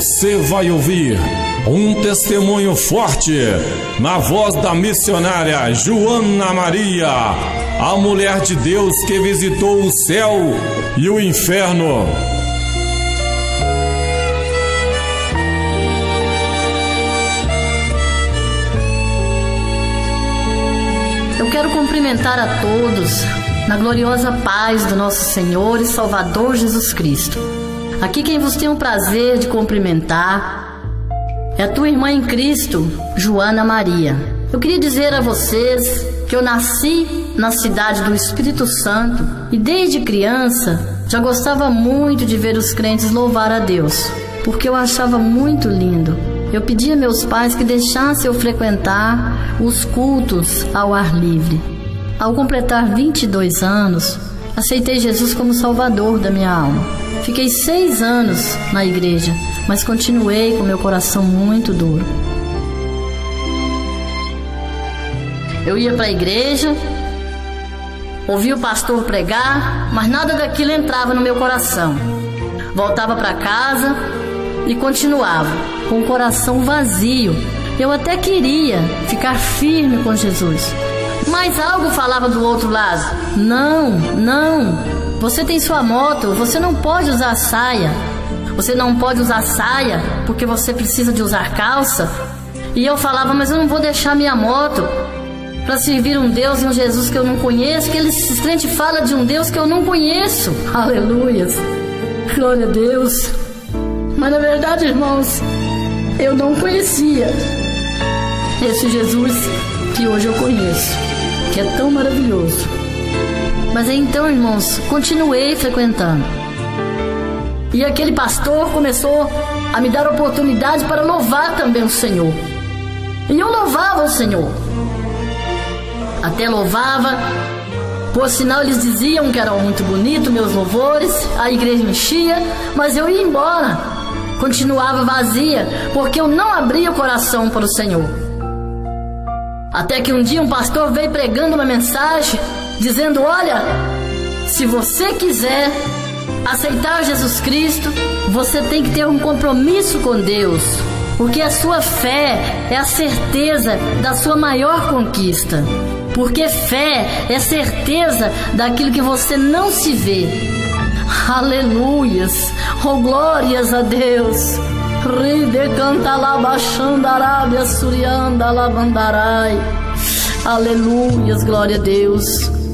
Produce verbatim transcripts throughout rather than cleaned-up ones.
Você vai ouvir um testemunho forte na voz da missionária Joana Maria, a mulher de Deus que visitou o céu e o inferno. Eu quero cumprimentar a todos na gloriosa paz do nosso Senhor e Salvador Jesus Cristo. Aqui quem vos tem o prazer de cumprimentar é a tua irmã em Cristo, Joana Maria. Eu queria dizer a vocês que eu nasci na cidade do Espírito Santo e desde criança já gostava muito de ver os crentes louvar a Deus, porque eu achava muito lindo. Eu pedi a meus pais que deixassem eu frequentar os cultos ao ar livre. Ao completar vinte e dois anos, aceitei Jesus como Salvador da minha alma. Fiquei seis anos na igreja, mas continuei com meu coração muito duro. Eu ia para a igreja, ouvia o pastor pregar, mas nada daquilo entrava no meu coração. Voltava para casa e continuava com o coração vazio. Eu até queria ficar firme com Jesus, mas algo falava do outro lado: não, não, você tem sua moto, você não pode usar saia. Você não pode usar saia porque você precisa de usar calça. E eu falava: mas eu não vou deixar minha moto para servir um Deus e um Jesus que eu não conheço, que ele simplesmente fala de um Deus que eu não conheço. Aleluias, glória a Deus. Mas na verdade, irmãos, eu não conhecia esse Jesus que hoje eu conheço, que é tão maravilhoso. Mas então, irmãos, continuei frequentando. E aquele pastor começou a me dar oportunidade para louvar também o Senhor. E eu louvava o Senhor. Até louvava. Por sinal, eles diziam que eram muito bonitos meus louvores, a igreja enchia, mas eu ia embora. Continuava vazia, porque eu não abria o coração para o Senhor. Até que um dia um pastor veio pregando uma mensagem, dizendo: olha, se você quiser aceitar Jesus Cristo, você tem que ter um compromisso com Deus, porque a sua fé é a certeza da sua maior conquista. Porque fé é certeza daquilo que você não se vê. Aleluias, oh glórias a Deus. Ride canta lá baixando Arábia Surianda lavandarai. Aleluias, glória a Deus.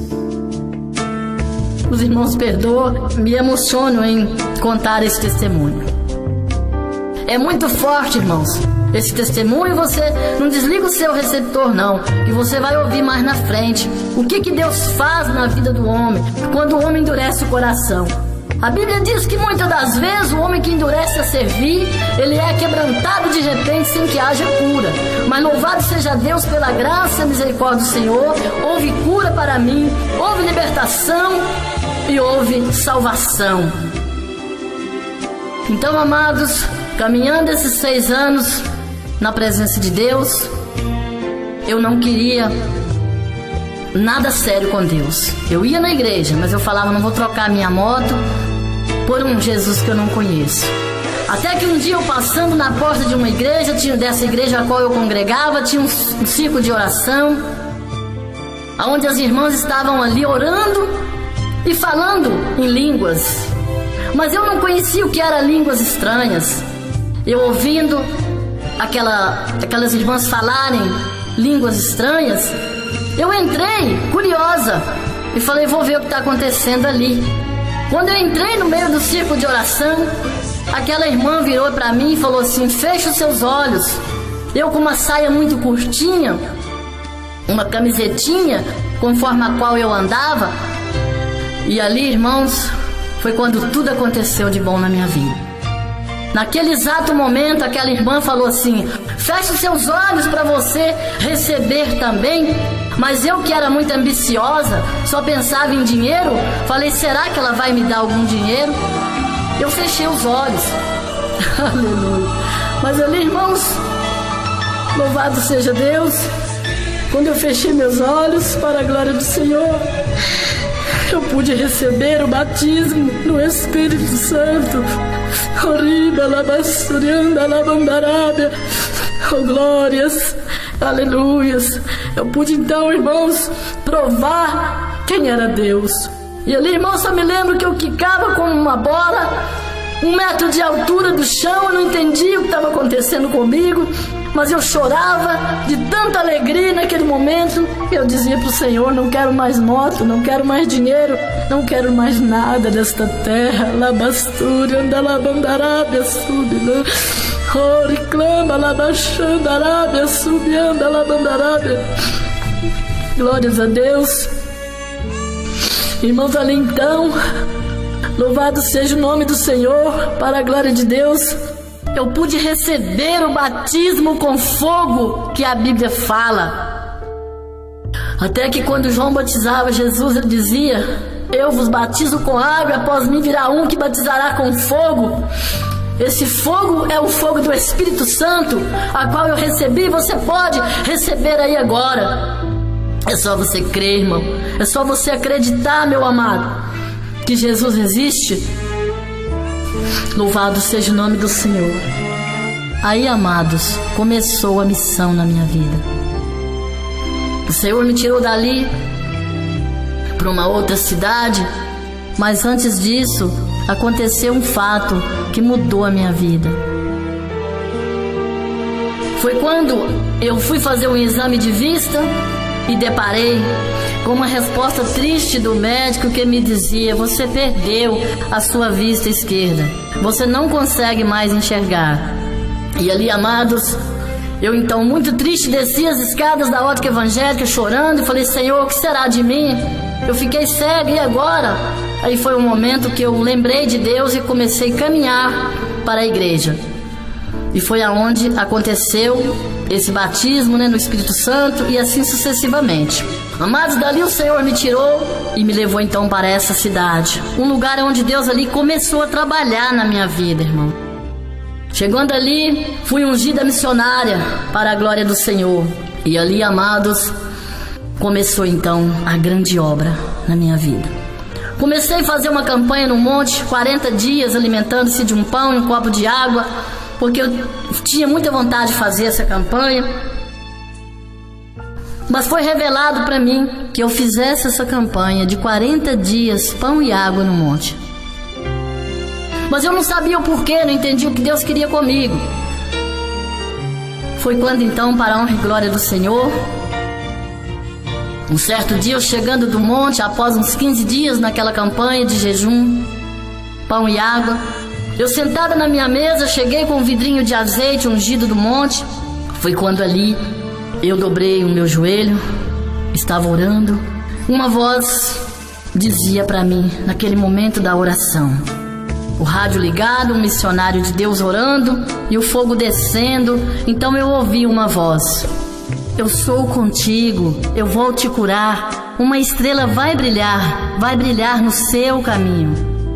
Os irmãos perdoam, me emociono em contar esse testemunho. É muito forte, irmãos, esse testemunho. Você não desliga o seu receptor não, que você vai ouvir mais na frente o que que Deus faz na vida do homem quando o homem endurece o coração. A Bíblia diz que muitas das vezes o homem que endurece a servir, ele é quebrantado de repente sem que haja cura. Mas louvado seja Deus pela graça e misericórdia do Senhor. Houve cura para mim, houve libertação e houve salvação. Então, amados, caminhando esses seis anos na presença de Deus, eu não queria nada sério com Deus. Eu ia na igreja, mas eu falava: não vou trocar minha moto por um Jesus que eu não conheço. Até que um dia, eu passando na porta de uma igreja, tinha dessa igreja a qual eu congregava, tinha um, um círculo de oração, onde as irmãs estavam ali orando e falando em línguas. Mas eu não conhecia o que eram línguas estranhas. Eu ouvindo aquela, aquelas irmãs falarem línguas estranhas, eu entrei curiosa e falei: vou ver o que está acontecendo ali. Quando eu entrei no meio do círculo de oração, aquela irmã virou para mim e falou assim: fecha os seus olhos. Eu com uma saia muito curtinha, uma camisetinha conforme a qual eu andava. E ali, irmãos, foi quando tudo aconteceu de bom na minha vida. Naquele exato momento, aquela irmã falou assim: feche os seus olhos para você receber também. Mas eu, que era muito ambiciosa, só pensava em dinheiro, falei: será que ela vai me dar algum dinheiro? Eu fechei os olhos. Aleluia. Mas ali, irmãos, louvado seja Deus, quando eu fechei meus olhos para a glória do Senhor, eu pude receber o batismo no Espírito Santo. Oh, glórias, aleluias. Eu pude então, irmãos, provar quem era Deus. E ali, irmãos, eu me lembro que eu quicava como uma bola, um metro de altura do chão. Eu não entendia o que estava acontecendo comigo, mas eu chorava de tanta alegria naquele momento. Eu dizia para o Senhor: não quero mais moto, não quero mais dinheiro, não quero mais nada desta terra. Labastúria, andalabandarábia, subida. Oh, reclama, labaxandarábia, subianda, labandarábia. Glórias a Deus. Irmãos, ali então, louvado seja o nome do Senhor, para a glória de Deus. Eu pude receber o batismo com fogo que a Bíblia fala. Até que quando João batizava Jesus, ele dizia: eu vos batizo com água, após mim virá um que batizará com fogo. Esse fogo é o fogo do Espírito Santo, a qual eu recebi e você pode receber aí agora. É só você crer, irmão. É só você acreditar, meu amado, que Jesus existe. Louvado seja o nome do Senhor. Aí, amados, começou a missão na minha vida. O Senhor me tirou dali para uma outra cidade, mas antes disso aconteceu um fato que mudou a minha vida. Foi quando eu fui fazer um exame de vista e deparei com uma resposta triste do médico que me dizia: você perdeu a sua vista esquerda, você não consegue mais enxergar. E ali, amados, eu então muito triste desci as escadas da ótica evangélica chorando e falei: Senhor, o que será de mim? Eu fiquei cego, e agora? Aí foi um momento que eu lembrei de Deus e comecei a caminhar para a igreja. E foi aonde aconteceu esse batismo, né, no Espírito Santo, e assim sucessivamente. Amados, dali o Senhor me tirou e me levou então para essa cidade. Um lugar onde Deus ali começou a trabalhar na minha vida, irmão. Chegando ali, fui ungida missionária para a glória do Senhor. E ali, amados, começou então a grande obra na minha vida. Comecei a fazer uma campanha no monte, quarenta dias alimentando-se de um pão e um copo de água, porque eu tinha muita vontade de fazer essa campanha. Mas foi revelado para mim que eu fizesse essa campanha de quarenta dias, pão e água no monte. Mas eu não sabia o porquê, não entendia o que Deus queria comigo. Foi quando então, para a honra e glória do Senhor, um certo dia eu chegando do monte, após uns quinze dias naquela campanha de jejum, pão e água, eu sentada na minha mesa, cheguei com um vidrinho de azeite ungido do monte. Foi quando ali eu dobrei o meu joelho, estava orando. Uma voz dizia para mim, naquele momento da oração, o rádio ligado, um missionário de Deus orando e o fogo descendo. Então eu ouvi uma voz: eu sou contigo, eu vou te curar. Uma estrela vai brilhar, vai brilhar no seu caminho.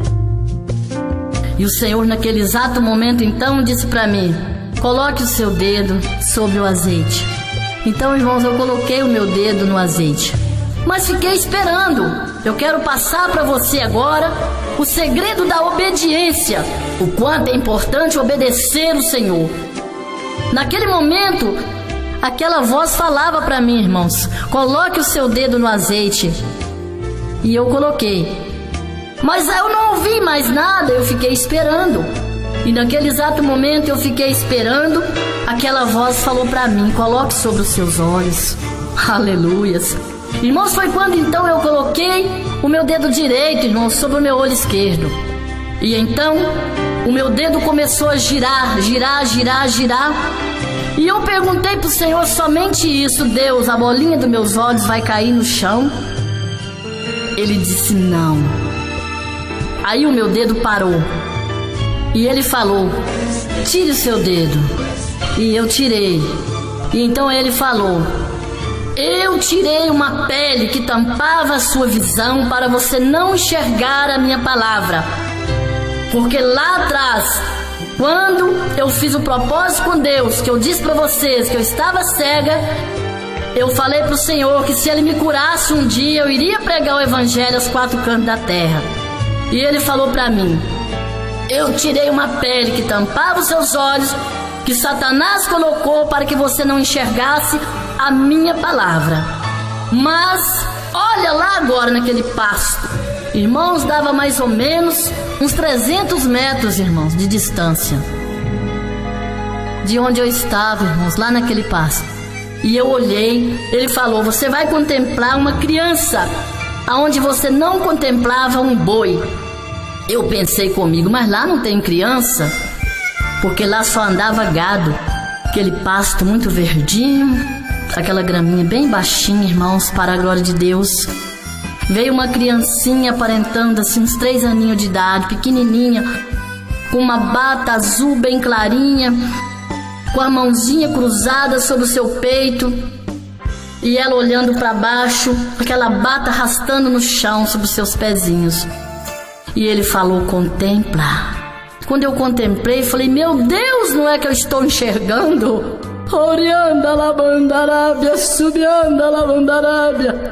E o Senhor naquele exato momento então disse para mim: coloque o seu dedo sobre o azeite. Então, irmãos, eu coloquei o meu dedo no azeite, mas fiquei esperando. Eu quero passar para você agora o segredo da obediência, o quanto é importante obedecer o Senhor. Naquele momento, aquela voz falava para mim, irmãos: coloque o seu dedo no azeite. E eu coloquei, mas eu não ouvi mais nada, eu fiquei esperando. E naquele exato momento eu fiquei esperando, aquela voz falou para mim: coloque sobre os seus olhos. Aleluias. Irmãos, foi quando então eu coloquei o meu dedo direito, irmãos, sobre o meu olho esquerdo. E então o meu dedo começou a girar, girar, girar, girar. E eu perguntei pro Senhor somente isso: Deus, a bolinha dos meus olhos vai cair no chão? Ele disse: não. Aí o meu dedo parou. E ele falou: tire o seu dedo. E eu tirei. E então ele falou: eu tirei uma pele que tampava a sua visão para você não enxergar a minha palavra. Porque lá atrás, quando eu fiz o propósito com Deus, que eu disse para vocês que eu estava cega, eu falei para o Senhor que se Ele me curasse um dia, eu iria pregar o Evangelho aos quatro cantos da terra. E Ele falou para mim: eu tirei uma pele que tampava os seus olhos, que Satanás colocou para que você não enxergasse a minha palavra. Mas olha lá agora naquele pasto, irmãos, dava mais ou menos uns trezentos metros, irmãos, de distância de onde eu estava, irmãos, lá naquele pasto. E eu olhei, Ele falou: você vai contemplar uma criança aonde você não contemplava um boi. Eu pensei comigo, mas lá não tem criança, porque lá só andava gado. Aquele pasto muito verdinho, aquela graminha bem baixinha, irmãos, para a glória de Deus. Veio uma criancinha aparentando assim uns três aninhos de idade, pequenininha, com uma bata azul bem clarinha, com a mãozinha cruzada sobre o seu peito, e ela olhando para baixo, aquela bata arrastando no chão sobre os seus pezinhos. E Ele falou: contempla. Quando eu contemplei, falei: meu Deus, não é que eu estou enxergando? Orianda labandarábia, subianda labandarábia.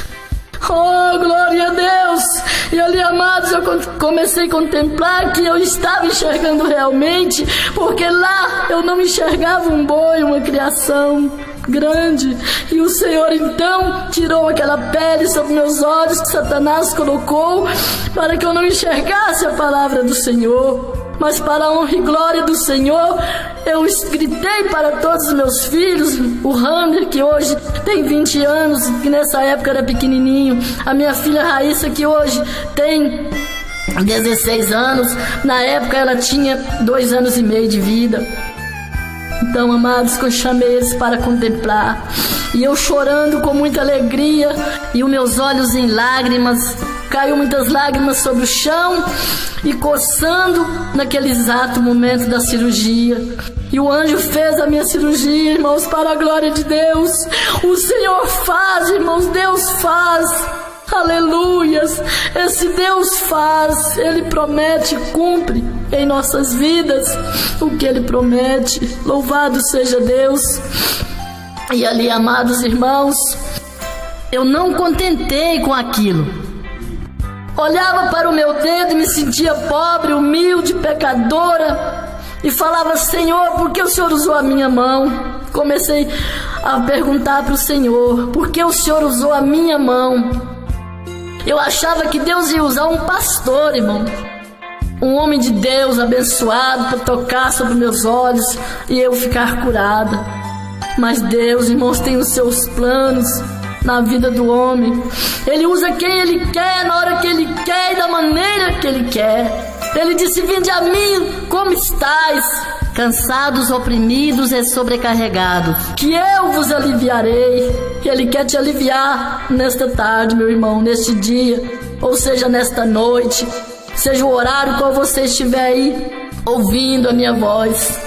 Oh, glória a Deus! E ali, amados, eu comecei a contemplar que eu estava enxergando realmente, porque lá eu não enxergava um boi, uma criação grande. E o Senhor então tirou aquela pele sobre meus olhos que Satanás colocou para que eu não enxergasse a palavra do Senhor. Mas para a honra e glória do Senhor, eu gritei para todos os meus filhos, o Rander, que hoje tem vinte anos, que nessa época era pequenininho, a minha filha Raíssa, que hoje tem dezesseis anos, na época ela tinha dois anos e meio de vida. Então, amados, eu chamei eles para contemplar, e eu chorando com muita alegria, e os meus olhos em lágrimas, caiu muitas lágrimas sobre o chão, e coçando naquele exato momento da cirurgia. E o anjo fez a minha cirurgia, irmãos, para a glória de Deus. O Senhor faz, irmãos, Deus faz. Aleluias! Esse Deus faz, Ele promete e cumpre em nossas vidas o que Ele promete. Louvado seja Deus. E ali, amados irmãos, eu não contentei com aquilo. Olhava para o meu dedo e me sentia pobre, humilde, pecadora, e falava: Senhor, por que o Senhor usou a minha mão? Comecei a perguntar para o Senhor: por que o Senhor usou a minha mão? Eu achava que Deus ia usar um pastor, irmão, um homem de Deus abençoado, para tocar sobre meus olhos e eu ficar curada. Mas Deus, irmãos, tem os seus planos na vida do homem. Ele usa quem Ele quer, na hora que Ele quer e da maneira que Ele quer. Ele disse: vinde a mim, como estáis, cansados, oprimidos e sobrecarregados, que eu vos aliviarei. Ele quer te aliviar nesta tarde, meu irmão, neste dia, ou seja, nesta noite, seja o horário qual você estiver aí ouvindo a minha voz.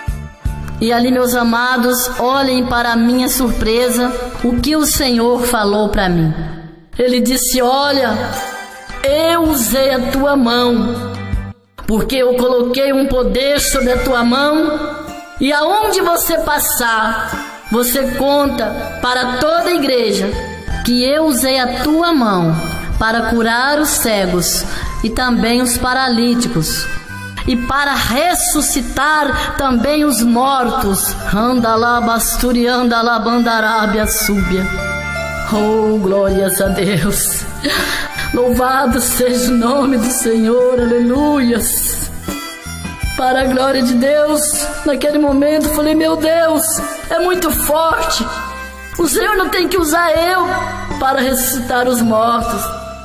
E ali, meus amados, olhem para a minha surpresa o que o Senhor falou para mim. Ele disse: olha, eu usei a tua mão, porque eu coloquei um poder sobre a tua mão, e aonde você passar, você conta para toda a igreja que eu usei a tua mão para curar os cegos e também os paralíticos, e para ressuscitar também os mortos. Andalabasturi, andalabandarábia, súbia. Oh, glórias a Deus. Louvado seja o nome do Senhor, aleluias. Para a glória de Deus, naquele momento falei: meu Deus, é muito forte. O Senhor não tem que usar eu para ressuscitar os mortos.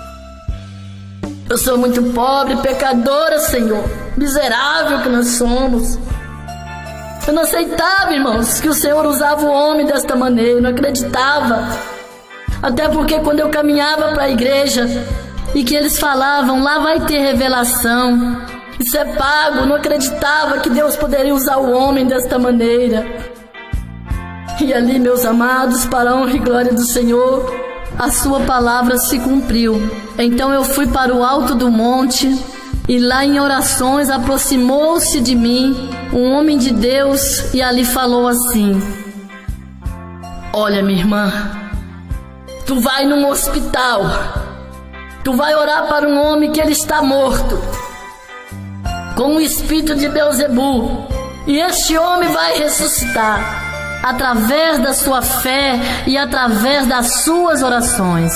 Eu sou muito pobre, pecadora, Senhor, miserável que nós somos. Eu não aceitava, irmãos, que o Senhor usava o homem desta maneira, eu não acreditava. Até porque quando eu caminhava para a igreja e que eles falavam: lá vai ter revelação, isso é pago, eu não acreditava que Deus poderia usar o homem desta maneira. E ali, meus amados, para a honra e glória do Senhor, a sua palavra se cumpriu. Então eu fui para o alto do monte, e lá em orações aproximou-se de mim um homem de Deus, e ali falou assim: olha, minha irmã, tu vai num hospital, tu vai orar para um homem que ele está morto, com o espírito de Beelzebu, e este homem vai ressuscitar através da sua fé e através das suas orações.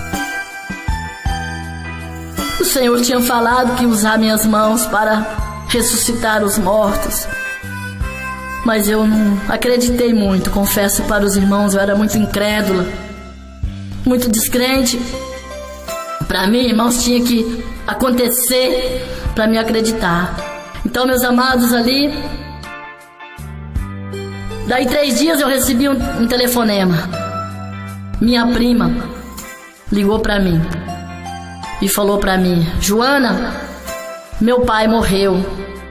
O Senhor tinha falado que ia usar minhas mãos para ressuscitar os mortos, mas eu não acreditei muito, confesso para os irmãos, eu era muito incrédula, muito descrente. Para mim, irmãos, tinha que acontecer para me acreditar. Então, meus amados, ali, daí três dias eu recebi um, um telefonema. Minha prima ligou para mim e falou para mim: Joana, meu pai morreu.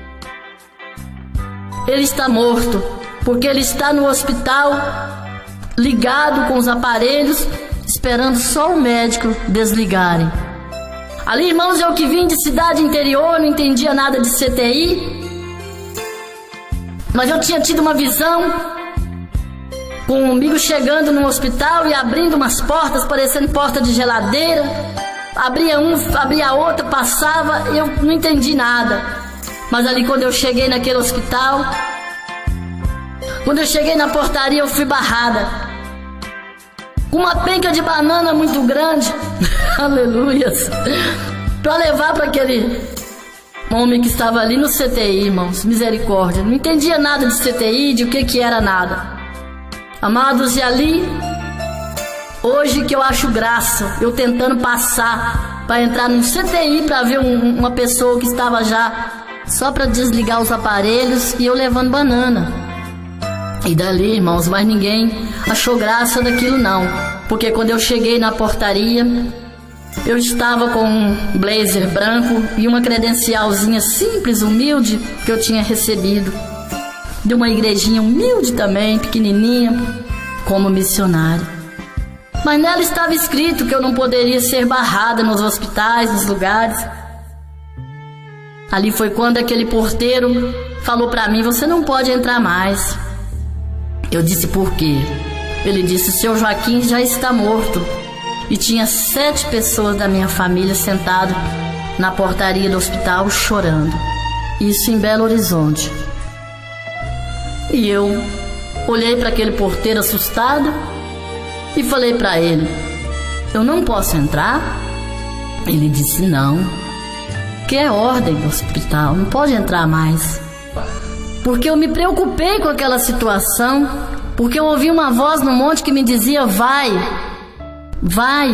Ele está morto, porque ele está no hospital, ligado com os aparelhos, esperando só o médico desligarem. Ali, irmãos, eu que vim de cidade interior, não entendia nada de C T I, mas eu tinha tido uma visão com um amigo chegando no hospital e abrindo umas portas, parecendo porta de geladeira. Abria um, abria outro, passava, eu não entendi nada. Mas ali, quando eu cheguei naquele hospital, quando eu cheguei na portaria, eu fui barrada com uma penca de banana muito grande, aleluias, para levar para aquele homem que estava ali no C T I, irmãos, misericórdia. Não entendia nada de C T I, de o que que era nada. Amados, e ali, hoje que eu acho graça, eu tentando passar para entrar num C T I para ver um, uma pessoa que estava já só para desligar os aparelhos, e eu levando banana. E dali, irmãos, mas ninguém achou graça daquilo não, porque quando eu cheguei na portaria, eu estava com um blazer branco e uma credencialzinha simples, humilde, que eu tinha recebido de uma igrejinha humilde também, pequenininha, como missionária. Mas nela estava escrito que eu não poderia ser barrada nos hospitais, nos lugares. Ali foi quando aquele porteiro falou para mim: você não pode entrar mais. Eu disse: por quê? Ele disse: seu Joaquim já está morto. E tinha sete pessoas da minha família sentado na portaria do hospital chorando. Isso em Belo Horizonte. E eu olhei para aquele porteiro assustado e falei para ele: eu não posso entrar? Ele disse: não, que é ordem do hospital, não pode entrar mais. Porque eu me preocupei com aquela situação, porque eu ouvi uma voz no monte que me dizia: vai, vai,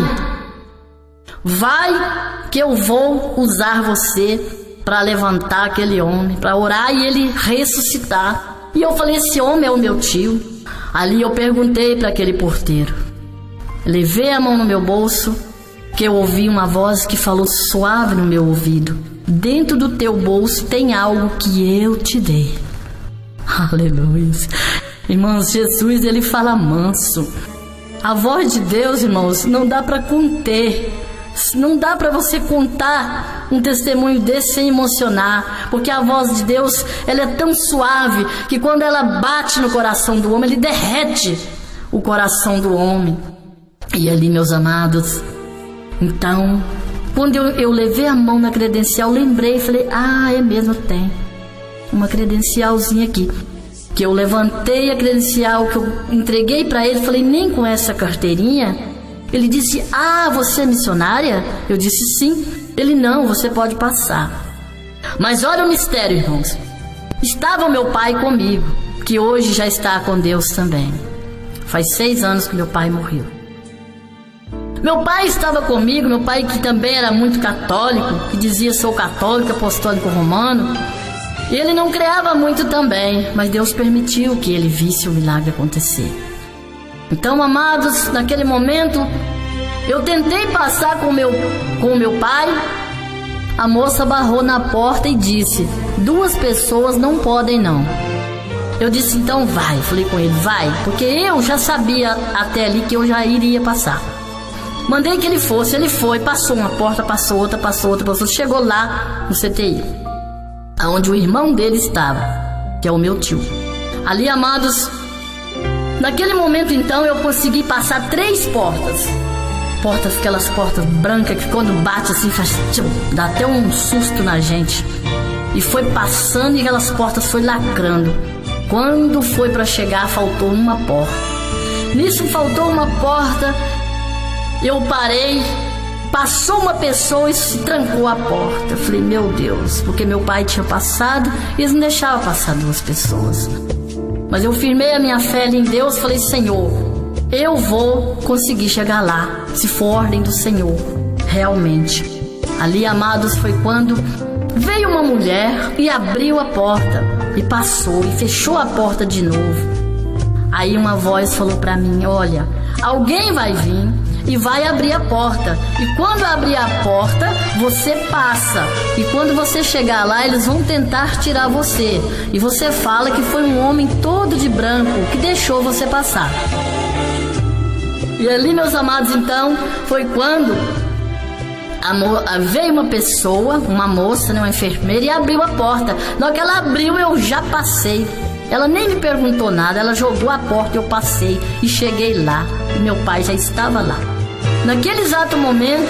vai, que eu vou usar você para levantar aquele homem, para orar e ele ressuscitar. E eu falei: esse homem é o meu tio. Ali eu perguntei para aquele porteiro, levei a mão no meu bolso, que eu ouvi uma voz que falou suave no meu ouvido: dentro do teu bolso tem algo que eu te dei. Aleluia. Irmãos, Jesus, ele fala manso. A voz de Deus, irmãos, não dá para conter. Não dá para você contar um testemunho desse sem emocionar, porque a voz de Deus, ela é tão suave que quando ela bate no coração do homem, ele derrete o coração do homem. E ali, meus amados, então, quando eu, eu levei a mão na credencial, lembrei, falei: ah, é mesmo, tem uma credencialzinha aqui. Que eu levantei a credencial, que eu entreguei para ele, falei: nem com essa carteirinha? Ele disse: ah, você é missionária? Eu disse: sim. Ele: não, você pode passar. Mas olha o mistério, irmãos. Estava o meu pai comigo, que hoje já está com Deus também. Faz seis anos que meu pai morreu. Meu pai estava comigo, meu pai que também era muito católico, que dizia: sou católico, apostólico romano. E ele não creava muito também, mas Deus permitiu que ele visse o milagre acontecer. Então, amados, naquele momento, eu tentei passar com meu, com o meu pai. A moça barrou na porta e disse: duas pessoas não podem não. Eu disse: então vai. Falei com ele: vai, porque eu já sabia até ali que eu já iria passar. Mandei que ele fosse, ele foi, passou uma porta, passou outra, passou outra, passou, chegou lá no C T I, aonde o irmão dele estava, que é o meu tio. Ali, amados, Naquele momento então eu consegui passar três portas. Portas, aquelas portas brancas que quando bate assim faz, tipo, dá até um susto na gente. E foi passando e aquelas portas foi lacrando. Quando foi para chegar, faltou uma porta. Nisso faltou uma porta, eu parei, passou uma pessoa e se trancou a porta. Eu falei, meu Deus, porque meu pai tinha passado e eles não deixavam passar duas pessoas. Mas eu firmei a minha fé em Deus, falei, Senhor, eu vou conseguir chegar lá, se for ordem do Senhor, realmente. Ali, amados, foi quando veio uma mulher e abriu a porta, e passou, e fechou a porta de novo. Aí uma voz falou pra mim, olha, alguém vai vir e vai abrir a porta, e quando abrir a porta, você passa, e quando você chegar lá, eles vão tentar tirar você, e você fala que foi um homem todo de branco que deixou você passar. E ali, meus amados, então, foi quando a mo- veio uma pessoa, uma moça, né, uma enfermeira, e abriu a porta. Na hora que ela abriu, eu já passei. Ela nem me perguntou nada, ela jogou a porta, eu passei e cheguei lá. E meu pai já estava lá. Naquele exato momento,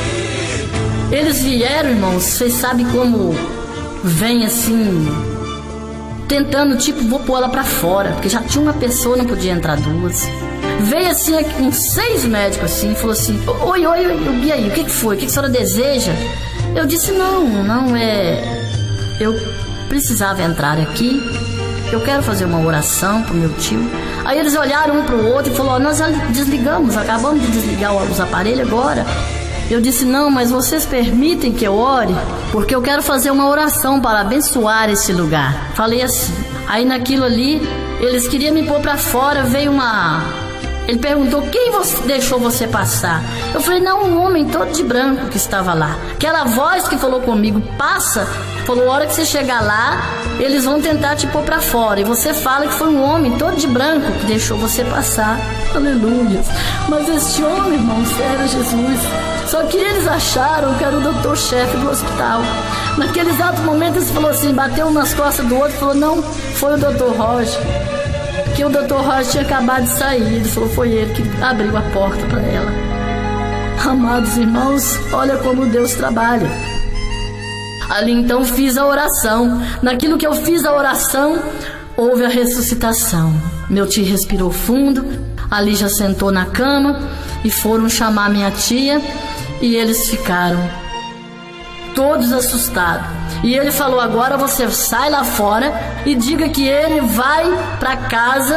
eles vieram, irmãos, vocês sabem como vem assim, tentando, tipo, vou pôr ela pra fora, porque já tinha uma pessoa, não podia entrar duas. Veio assim, uns seis médicos assim, e falou assim, oi, oi, oi, e aí, o que que foi? O que que a senhora deseja? Eu disse, não, não é... Eu precisava entrar aqui, eu quero fazer uma oração pro meu tio. Aí eles olharam um pro outro e falaram, nós desligamos, acabamos de desligar os aparelhos agora. Eu disse, não, mas vocês permitem que eu ore? Porque eu quero fazer uma oração para abençoar esse lugar. Falei assim. Aí naquilo ali, eles queriam me pôr pra fora, veio uma... Ele perguntou, quem você deixou você passar? Eu falei, não, um homem todo de branco que estava lá. Aquela voz que falou comigo, passa, falou, a hora que você chegar lá, eles vão tentar te pôr pra fora. E você fala que foi um homem todo de branco que deixou você passar. Aleluia. Mas este homem, irmãos, era Jesus. Só que eles acharam que era o doutor-chefe do hospital. Naquele exato momento, eles falou assim, bateu um nas costas do outro e falou, não, foi o doutor Roger. Que o doutor Roger tinha acabado de sair. Ele falou, foi ele que abriu a porta para ela. Amados irmãos, olha como Deus trabalha. Ali então fiz a oração. Naquilo que eu fiz a oração, houve a ressuscitação. Meu tio respirou fundo, ali já sentou na cama e foram chamar minha tia e eles ficaram todos assustados. E ele falou, agora você sai lá fora e diga que ele vai para casa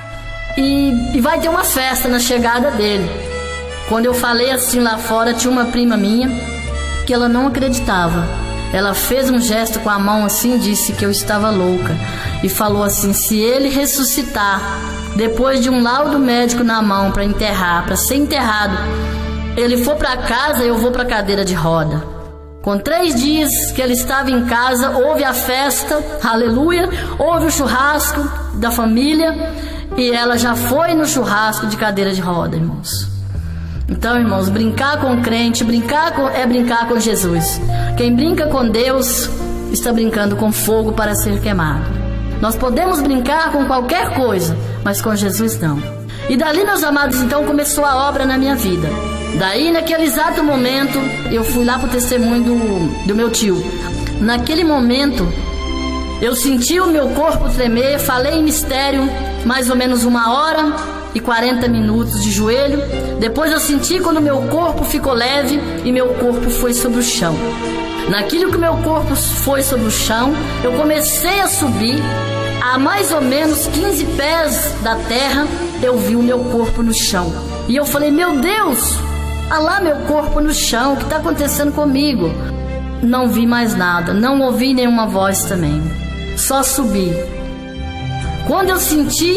e, e vai ter uma festa na chegada dele. Quando eu falei assim lá fora, tinha uma prima minha que ela não acreditava. Ela fez um gesto com a mão assim, disse que eu estava louca e falou assim, se ele ressuscitar depois de um laudo médico na mão para enterrar, para ser enterrado, ele for para casa, eu vou para cadeira de roda. Com três dias que ele estava em casa, houve a festa, aleluia, houve o churrasco da família e ela já foi no churrasco de cadeira de roda, irmãos. Então, irmãos, brincar com o crente, brincar com, é brincar com Jesus. Quem brinca com Deus está brincando com fogo para ser queimado. Nós podemos brincar com qualquer coisa, mas com Jesus não. E dali, meus amados, então começou a obra na minha vida. Daí, naquele exato momento, eu fui lá pro testemunho do, do meu tio. Naquele momento, eu senti o meu corpo tremer, falei em mistério, mais ou menos uma hora e quarenta minutos de joelho. Depois eu senti quando meu corpo ficou leve e meu corpo foi sobre o chão. Naquilo que meu corpo foi sobre o chão, eu comecei a subir. A mais ou menos quinze pés da terra, eu vi o meu corpo no chão. E eu falei, meu Deus, olha lá meu corpo no chão, o que está acontecendo comigo? Não vi mais nada, não ouvi nenhuma voz também, só subi. Quando eu senti,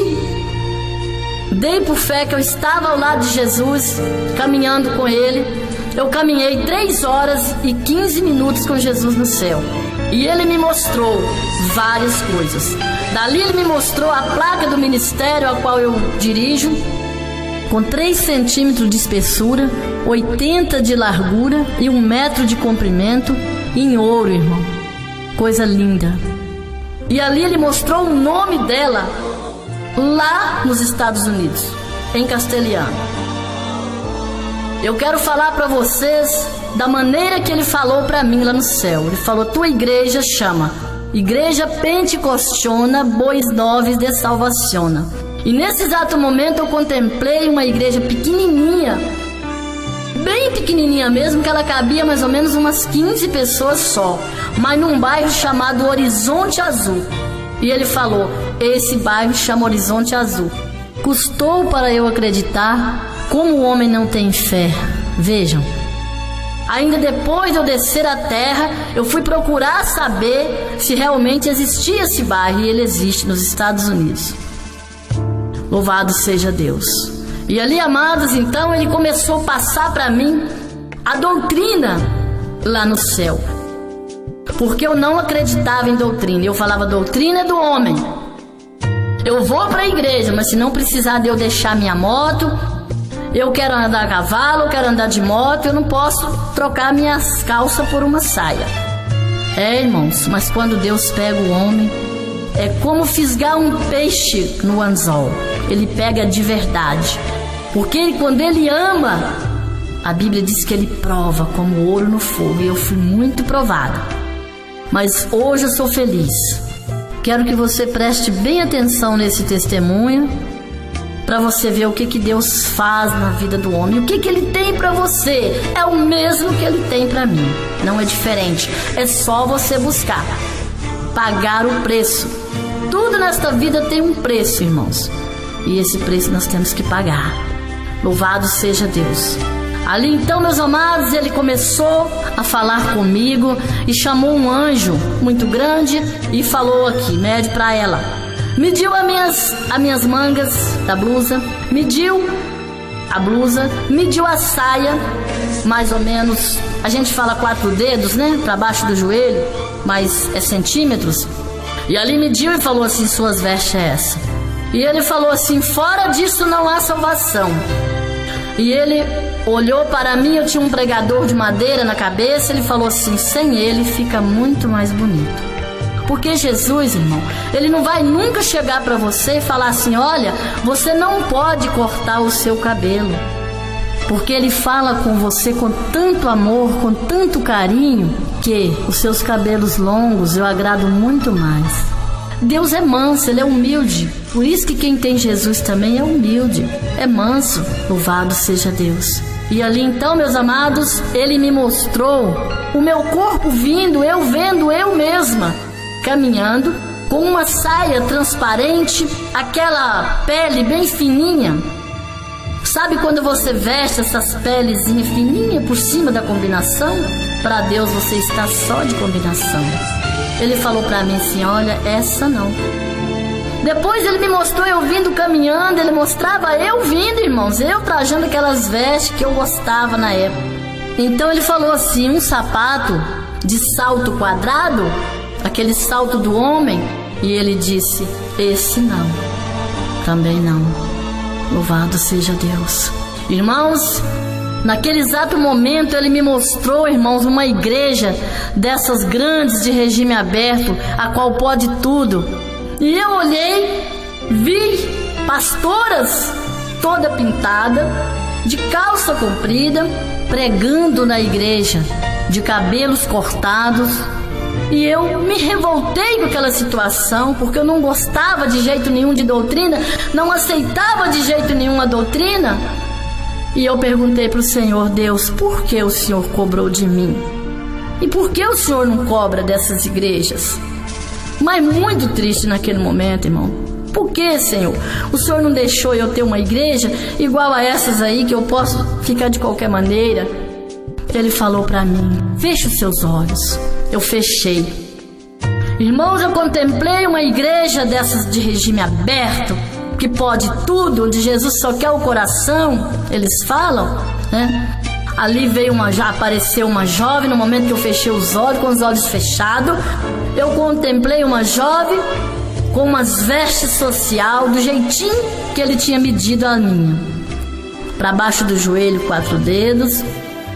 dei por fé que eu estava ao lado de Jesus, caminhando com Ele. Eu caminhei três horas e quinze minutos com Jesus no céu. E Ele me mostrou várias coisas. Dali Ele me mostrou a placa do ministério ao qual eu dirijo, com três centímetros de espessura, oitenta de largura e um metro de comprimento, em ouro, irmão. Coisa linda. E ali Ele mostrou o nome dela, lá nos Estados Unidos, em castelhano. Eu quero falar para vocês da maneira que ele falou para mim lá no céu. Ele falou: tua igreja chama Igreja Pentecostona Bois Novos de Salvaciona. E nesse exato momento eu contemplei uma igreja pequenininha, bem pequenininha mesmo, que ela cabia mais ou menos umas quinze pessoas só, mas num bairro chamado Horizonte Azul. E ele falou: esse bairro chama Horizonte Azul. Custou para eu acreditar como o homem não tem fé. Vejam, ainda depois de eu descer a terra, eu fui procurar saber se realmente existia esse bairro, e ele existe nos Estados Unidos. Louvado seja Deus. E ali, amados, então ele começou a passar para mim a doutrina lá no céu, porque eu não acreditava em doutrina. Eu falava: doutrina é do homem. Eu vou para a igreja, mas se não precisar de eu deixar minha moto, eu quero andar a cavalo, eu quero andar de moto, eu não posso trocar minhas calças por uma saia. É, irmãos, mas quando Deus pega o homem, é como fisgar um peixe no anzol. Ele pega de verdade, porque ele, quando ele ama, a Bíblia diz que ele prova como ouro no fogo. E eu fui muito provada, mas hoje eu sou feliz. Quero que você preste bem atenção nesse testemunho, para você ver o que, que Deus faz na vida do homem. O que, que ele tem para você é o mesmo que ele tem para mim, não é diferente. É só você buscar, pagar o preço. Tudo nesta vida tem um preço, irmãos, e esse preço nós temos que pagar. Louvado seja Deus. Ali então, meus amados, ele começou a falar comigo e chamou um anjo muito grande e falou aqui, mede para ela. Mediu as minhas, as minhas mangas da blusa, mediu a blusa, mediu a saia, mais ou menos, a gente fala quatro dedos, né, para baixo do joelho, mas é centímetros. E ali mediu e falou assim: suas vestes é essa. E ele falou assim: fora disso não há salvação. E ele olhou para mim, eu tinha um pregador de madeira na cabeça, ele falou assim: sem ele fica muito mais bonito. Porque Jesus, irmão, ele não vai nunca chegar para você e falar assim: olha, você não pode cortar o seu cabelo. Porque ele fala com você com tanto amor, com tanto carinho, que os seus cabelos longos eu agrado muito mais. Deus é manso, ele é humilde. Por isso que quem tem Jesus também é humilde, é manso. Louvado seja Deus. E ali então, meus amados, ele me mostrou o meu corpo vindo, eu vendo eu mesma, caminhando com uma saia transparente, aquela pele bem fininha. Sabe quando você veste essas pelezinhas fininhas por cima da combinação? Para Deus você está só de combinação. Ele falou para mim assim: olha, essa não. Depois ele me mostrou eu vindo caminhando, ele mostrava eu vindo, irmãos, eu trajando aquelas vestes que eu gostava na época. Então ele falou assim: um sapato de salto quadrado, aquele salto do homem. E ele disse: esse não, também não. Louvado seja Deus. Irmãos, naquele exato momento ele me mostrou, irmãos, uma igreja dessas grandes de regime aberto, a qual pode tudo. E eu olhei, vi pastoras toda pintada, de calça comprida, pregando na igreja, de cabelos cortados. E eu me revoltei com aquela situação, porque eu não gostava de jeito nenhum de doutrina, não aceitava de jeito nenhum a doutrina. E eu perguntei para o Senhor: Deus, por que o Senhor cobrou de mim? E por que o Senhor não cobra dessas igrejas? Mas muito triste naquele momento, irmão. Por que, Senhor? O Senhor não deixou eu ter uma igreja igual a essas aí, que eu posso ficar de qualquer maneira? Ele falou para mim: feche os seus olhos. Eu fechei. Irmãos, eu contemplei uma igreja dessas de regime aberto, que pode tudo, onde Jesus só quer o coração, eles falam, né? Ali veio uma, já apareceu uma jovem. No momento que eu fechei os olhos, com os olhos fechados, eu contemplei uma jovem com umas vestes social, do jeitinho que ele tinha medido a minha, para baixo do joelho, quatro dedos,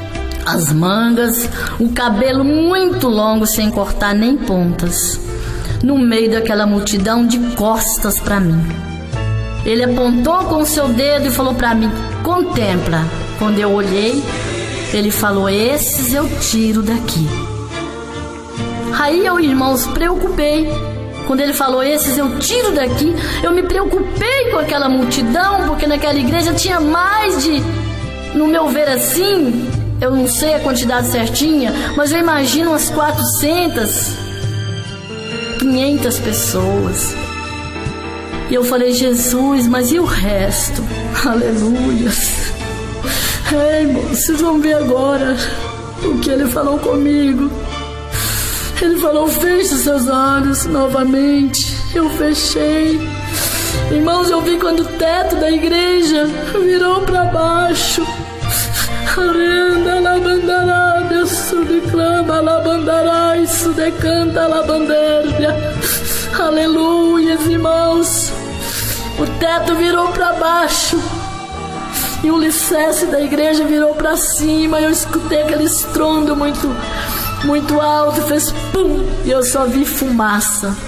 as mangas, o cabelo muito longo, sem cortar nem pontas, no meio daquela multidão, de costas para mim. Ele apontou com o seu dedo e falou para mim: contempla. Quando eu olhei, ele falou: esses eu tiro daqui. Aí eu, irmãos, preocupei. Quando ele falou: esses eu tiro daqui, eu me preocupei com aquela multidão, porque naquela igreja tinha mais de, no meu ver assim, eu não sei a quantidade certinha, mas eu imagino umas quatrocentas, quinhentas pessoas. E eu falei: Jesus, mas e o resto? Aleluia. Ei, irmão, vocês vão ver agora o que ele falou comigo. Ele falou: feche seus olhos novamente. Eu fechei. Irmãos, eu vi quando o teto da igreja virou para baixo. Arenda labandará, Deus declama labandará, isso decanta labandeira. Aleluia, irmãos. O teto virou para baixo e o alicerce da igreja virou para cima. Eu escutei aquele estrondo muito, muito alto, fez pum, e eu só vi fumaça.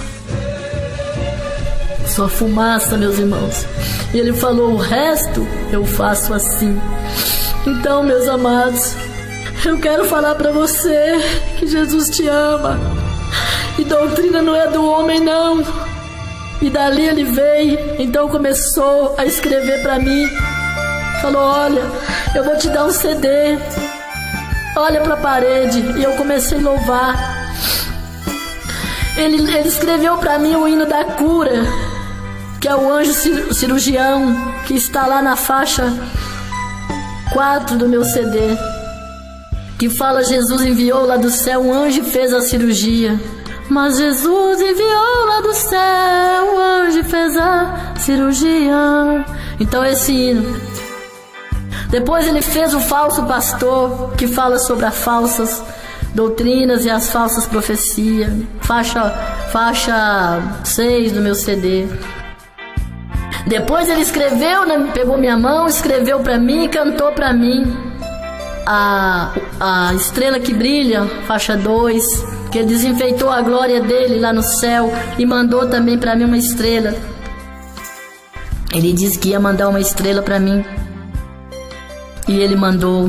Só fumaça, meus irmãos. E ele falou: o resto eu faço assim. Então, meus amados, eu quero falar para você que Jesus te ama. E doutrina não é do homem, não. E dali ele veio, então começou a escrever para mim. Falou: olha, eu vou te dar um C D. Olha para a parede. E eu comecei a louvar. Ele, ele escreveu para mim o hino da cura, que é o anjo cirurgião, que está lá na faixa quatro do meu C D, que fala: Jesus enviou lá do céu um anjo e fez a cirurgia. Mas Jesus enviou lá do céu um anjo e fez a cirurgia. Então esse hino. Depois ele fez o falso pastor, que fala sobre as falsas doutrinas e as falsas profecias. Faixa, faixa seis do meu C D. Depois ele escreveu, né, pegou minha mão, escreveu para mim e cantou para mim a, a estrela que brilha, faixa dois, que ele desenfeitou a glória dele lá no céu e mandou também para mim uma estrela. Ele disse que ia mandar uma estrela para mim e ele mandou.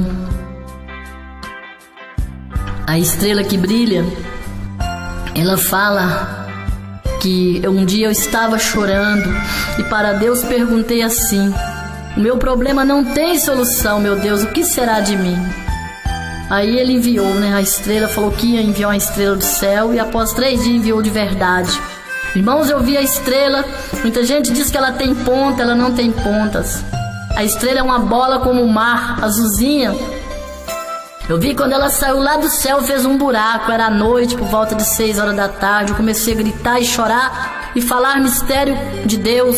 A estrela que brilha, ela fala que um dia eu estava chorando e para Deus perguntei assim: o meu problema não tem solução, meu Deus, o que será de mim? Aí ele enviou, né, a estrela, falou que ia enviar uma estrela do céu, e após três dias enviou de verdade. Irmãos, eu vi a estrela. Muita gente diz que ela tem ponta, ela não tem pontas. A estrela é uma bola como o mar, azulzinha. Eu vi quando ela saiu lá do céu, fez um buraco. Era à noite, por volta de seis horas da tarde. Eu comecei a gritar e chorar e falar mistério de Deus.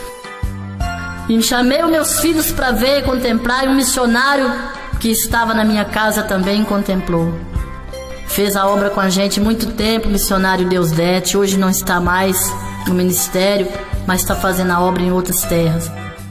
E chamei os meus filhos para ver e contemplar. E um missionário que estava na minha casa também contemplou. Fez a obra com a gente muito tempo, o missionário Deusdete. Hoje não está mais no ministério, mas está fazendo a obra em outras terras.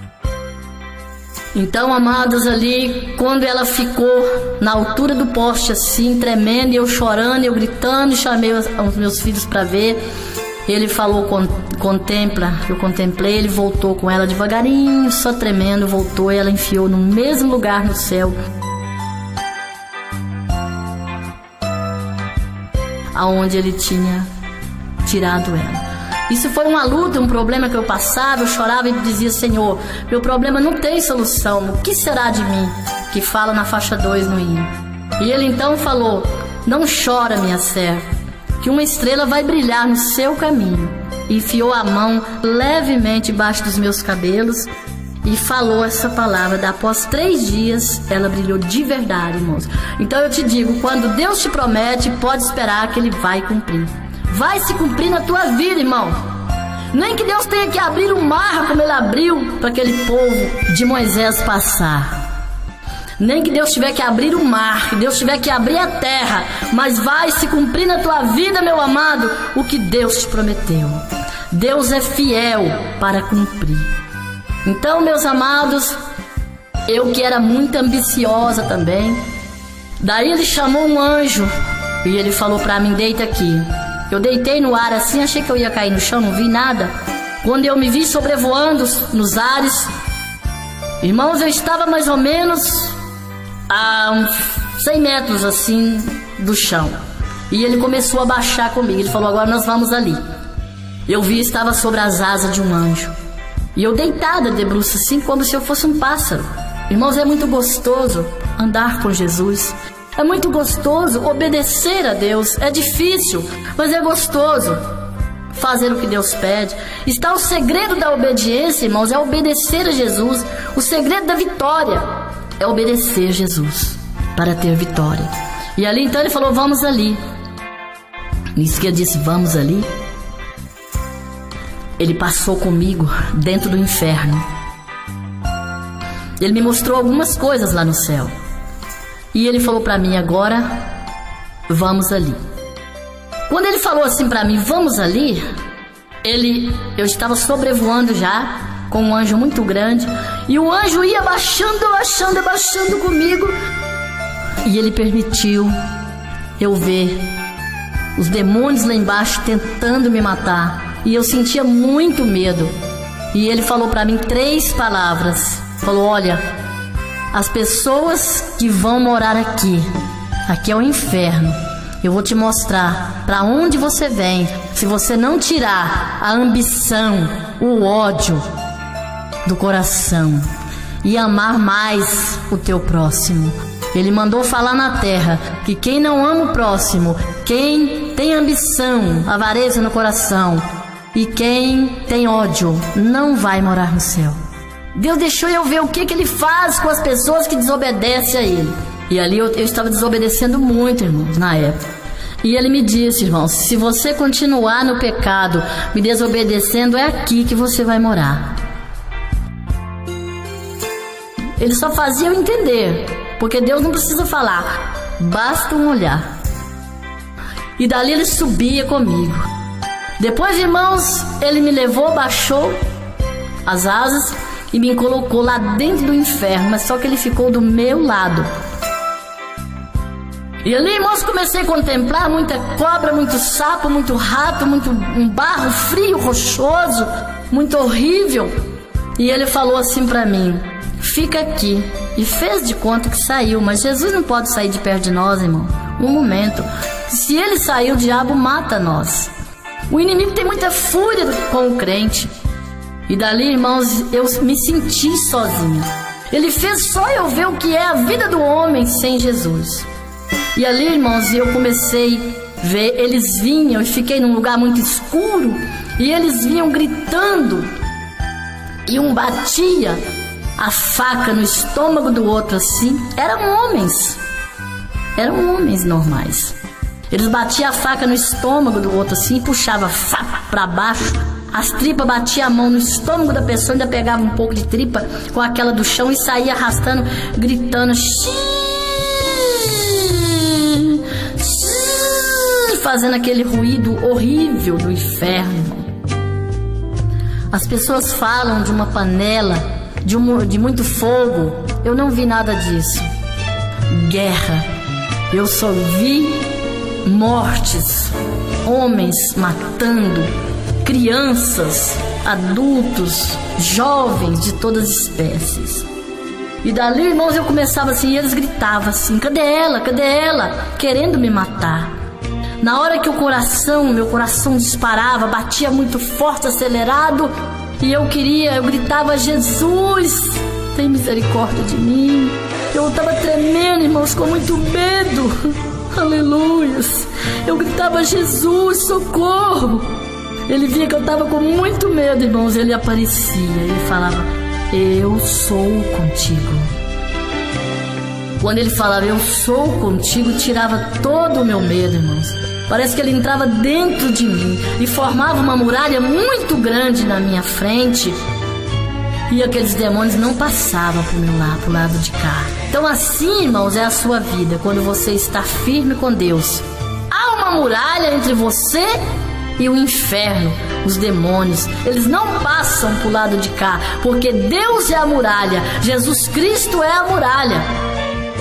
Então, amados, ali, quando ela ficou na altura do poste assim, tremendo, e eu chorando, eu gritando, e chamei os, os meus filhos para ver. Ele falou: contempla. Eu contemplei. Ele voltou com ela devagarinho, só tremendo, voltou, e ela enfiou no mesmo lugar no céu aonde ele tinha tirado ela. Isso foi uma luta, um problema que eu passava. Eu chorava e dizia: Senhor, meu problema não tem solução, o que será de mim? Que fala na faixa dois no hino. E ele então falou: não chora, minha serva, que uma estrela vai brilhar no seu caminho. E enfiou a mão levemente embaixo dos meus cabelos e falou essa palavra. Após três dias ela brilhou de verdade, irmãos. Então eu te digo, quando Deus te promete, pode esperar que Ele vai cumprir. Vai se cumprir na tua vida, irmão. Nem que Deus tenha que abrir o mar como Ele abriu para aquele povo de Moisés passar. Nem que Deus tiver que abrir o mar, que Deus tiver que abrir a terra, mas vai se cumprir na tua vida, meu amado, o que Deus te prometeu. Deus é fiel para cumprir. Então, meus amados, eu que era muito ambiciosa também, daí Ele chamou um anjo e ele falou para mim: deita aqui. Eu deitei no ar assim, achei que eu ia cair no chão, não vi nada. quando eu me vi sobrevoando nos ares, irmãos, eu estava mais ou menos a uns cem metros assim do chão. E ele começou a baixar comigo. Ele falou: agora nós vamos ali. Eu vi, estava sobre as asas de um anjo. E eu deitada de bruços assim, como se eu fosse um pássaro. Irmãos, é muito gostoso andar com Jesus. É muito gostoso obedecer a Deus. É difícil, mas é gostoso fazer o que Deus pede. Está o segredo da obediência, irmãos, é obedecer a Jesus. O segredo da vitória é obedecer a Jesus para ter vitória. E ali então ele falou: vamos ali. Nisso que eu disse: vamos ali, ele passou comigo dentro do inferno. Ele me mostrou algumas coisas lá no céu. E ele falou para mim: agora vamos ali. Quando ele falou assim para mim: vamos ali, ele, eu estava sobrevoando já com um anjo muito grande. E o anjo ia baixando, baixando, baixando comigo. E ele permitiu eu ver os demônios lá embaixo tentando me matar. E eu sentia muito medo. E ele falou para mim três palavras. Falou: olha, as pessoas que vão morar aqui, aqui é o inferno. Eu vou te mostrar para onde você vem. Se você não tirar a ambição, o ódio do coração e amar mais o teu próximo. Ele mandou falar na terra que quem não ama o próximo, quem tem ambição, avareza no coração e quem tem ódio, não vai morar no céu. Deus deixou eu ver o que, que ele faz com as pessoas que desobedecem a ele. E ali eu, eu estava desobedecendo muito, irmãos, na época. E ele me disse: irmãos, se você continuar no pecado, me desobedecendo, é aqui que você vai morar. Ele só fazia eu entender, porque Deus não precisa falar, basta um olhar. E dali ele subia comigo. Depois, irmãos, ele me levou, baixou as asas e me colocou lá dentro do inferno, mas só que ele ficou do meu lado. E ali, irmãos, comecei a contemplar muita cobra, muito sapo, muito rato, muito um barro frio, rochoso, muito horrível. E ele falou assim pra mim: fica aqui. E fez de conta que saiu, mas Jesus não pode sair de perto de nós, irmão. Um momento. Se ele sair, o diabo mata nós. O inimigo tem muita fúria com o crente. E dali, irmãos, eu me senti sozinha. Ele fez só eu ver o que é a vida do homem sem Jesus. E ali, irmãos, eu comecei a ver, eles vinham, e fiquei num lugar muito escuro, e eles vinham gritando, e um batia a faca no estômago do outro assim. Eram homens, eram homens normais. Eles batiam a faca no estômago do outro assim, e puxavam a faca para baixo. As tripas, batia a mão no estômago da pessoa, ainda pegava um pouco de tripa com aquela do chão e saía arrastando, gritando, fazendo aquele ruído horrível do inferno. As pessoas falam de uma panela, de, um, de muito fogo. Eu não vi nada disso. Guerra. Eu só vi mortes, homens matando, crianças, adultos, jovens de todas as espécies. E dali, irmãos, eu começava assim, e eles gritavam assim: cadê ela? Cadê ela? Querendo me matar. Na hora que o coração, meu coração disparava, batia muito forte, acelerado, e eu queria, eu gritava: Jesus, tem misericórdia de mim. Eu estava tremendo, irmãos, com muito medo. Aleluias. Eu gritava: Jesus, socorro. Ele via que eu estava com muito medo, irmãos. Ele aparecia, ele falava: eu sou contigo. Quando ele falava eu sou contigo, tirava todo o meu medo, irmãos. Parece que ele entrava dentro de mim e formava uma muralha muito grande na minha frente. E aqueles demônios não passavam para o meu lado, para o lado de cá. Então assim, irmãos, é a sua vida quando você está firme com Deus. Há uma muralha entre você e o inferno, os demônios. Eles não passam para o lado de cá, porque Deus é a muralha, Jesus Cristo é a muralha.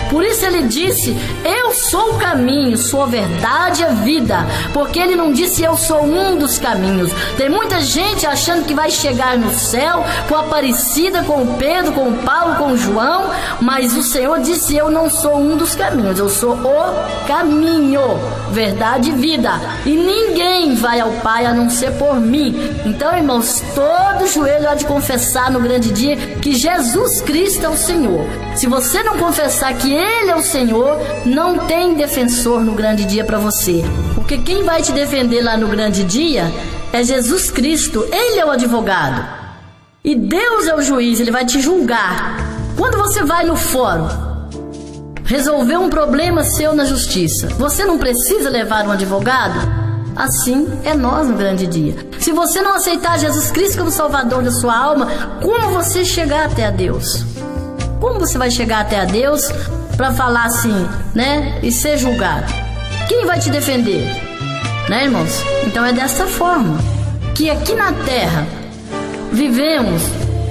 Por isso ele disse: eu sou o caminho, sou a verdade e a vida. Porque ele não disse: eu sou um dos caminhos. Tem muita gente achando que vai chegar no céu com a Aparecida, com o Pedro, com o Paulo, com o João, mas o Senhor disse: eu não sou um dos caminhos, eu sou o caminho, verdade e vida, e ninguém vai ao Pai a não ser por mim. Então, irmãos, todo joelho há de confessar no grande dia que Jesus Cristo é o Senhor. Se você não confessar que Ele é o Senhor, não tem defensor no grande dia para você, porque quem vai te defender lá no grande dia é Jesus Cristo. Ele é o advogado e Deus é o juiz. Ele vai te julgar. Quando você vai no fórum resolver um problema seu na justiça, você não precisa levar um advogado? Assim é nós no grande dia. Se você não aceitar Jesus Cristo como Salvador da sua alma, como você chegar até a Deus? Como você vai chegar até a Deus para falar assim, né? E ser julgado? Quem vai te defender? Né, irmãos? Então é dessa forma que aqui na terra vivemos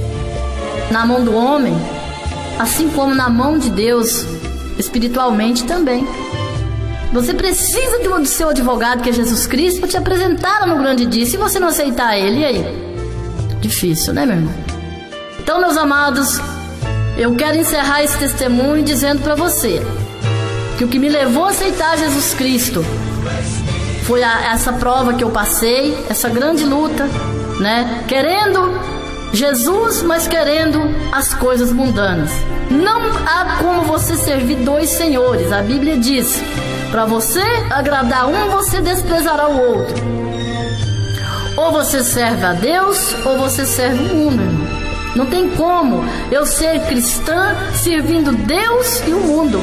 na mão do homem, assim como na mão de Deus, espiritualmente também. Você precisa de um, do seu advogado, que é Jesus Cristo, para te apresentar no grande dia. Se você não aceitar ele, e aí? Difícil, né, meu irmão? Então, meus amados, eu quero encerrar esse testemunho dizendo para você que o que me levou a aceitar Jesus Cristo foi a, essa prova que eu passei, essa grande luta, né? Querendo Jesus, mas querendo as coisas mundanas. Não há como você servir dois senhores. A Bíblia diz: para você agradar um, você desprezará o outro. Ou você serve a Deus, ou você serve o mundo, irmão. Não tem como eu ser cristã servindo Deus e o mundo.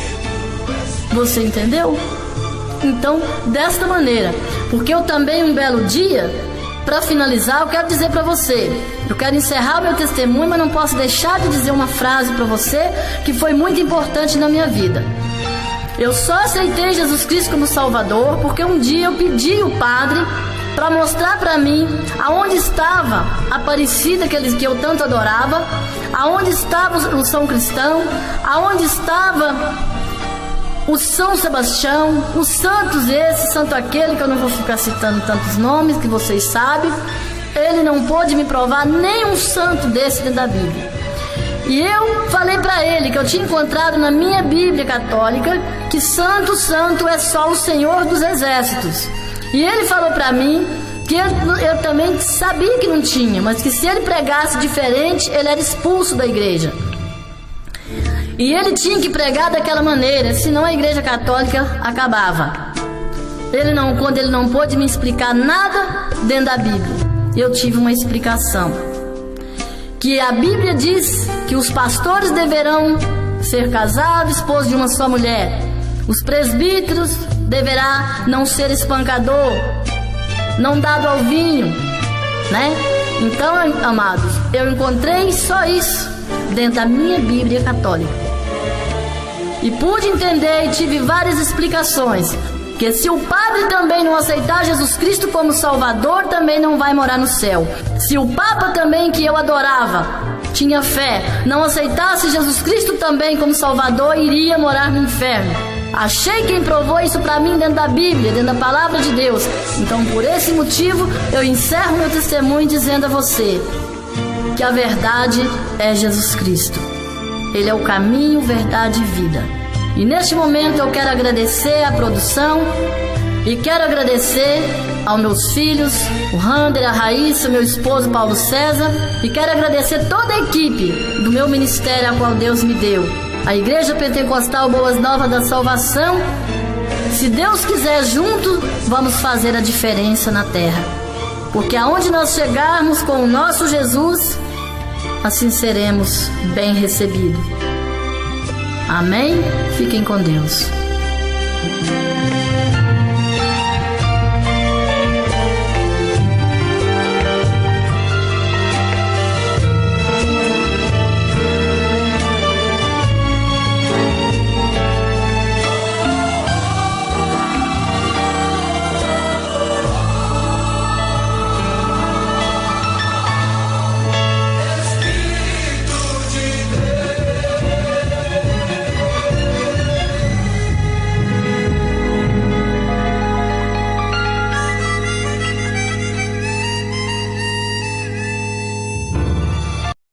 Você entendeu? Então, desta maneira, porque eu também um belo dia, para finalizar, eu quero dizer para você, eu quero encerrar o meu testemunho, mas não posso deixar de dizer uma frase para você que foi muito importante na minha vida. Eu só aceitei Jesus Cristo como Salvador porque um dia eu pedi o padre para mostrar para mim aonde estava a Aparecida que, eles, que eu tanto adorava, aonde estava o São Cristão, aonde estava o São Sebastião, os santos esse, santo aquele, que eu não vou ficar citando tantos nomes, que vocês sabem. Ele não pôde me provar nenhum santo desse dentro da Bíblia. E eu falei para ele que eu tinha encontrado na minha Bíblia católica que santo, santo é só o Senhor dos Exércitos. E ele falou para mim que eu, eu também sabia que não tinha, mas que se ele pregasse diferente, ele era expulso da igreja. E ele tinha que pregar daquela maneira, senão a igreja católica acabava. Ele não, quando ele não pôde me explicar nada dentro da Bíblia, eu tive uma explicação. Que a Bíblia diz que os pastores deverão ser casados, esposos de uma só mulher. Os presbíteros deverá não ser espancador, não dado ao vinho, né? Então, amados, eu encontrei só isso dentro da minha Bíblia católica. E pude entender e tive várias explicações. Que se o padre também não aceitar Jesus Cristo como Salvador, também não vai morar no céu. Se o Papa também, que eu adorava, tinha fé, não aceitasse Jesus Cristo também como Salvador, iria morar no inferno. Achei quem provou isso para mim dentro da Bíblia, dentro da Palavra de Deus. Então, por esse motivo, eu encerro meu testemunho dizendo a você que a verdade é Jesus Cristo. Ele é o caminho, verdade e vida. E neste momento eu quero agradecer a produção e quero agradecer aos meus filhos, o Rander, a Raíssa, meu esposo Paulo César, e quero agradecer toda a equipe do meu ministério a qual Deus me deu, a Igreja Pentecostal Boas Novas da Salvação. Se Deus quiser, junto vamos fazer a diferença na terra, porque aonde nós chegarmos com o nosso Jesus, assim seremos bem recebidos. Amém? Fiquem com Deus.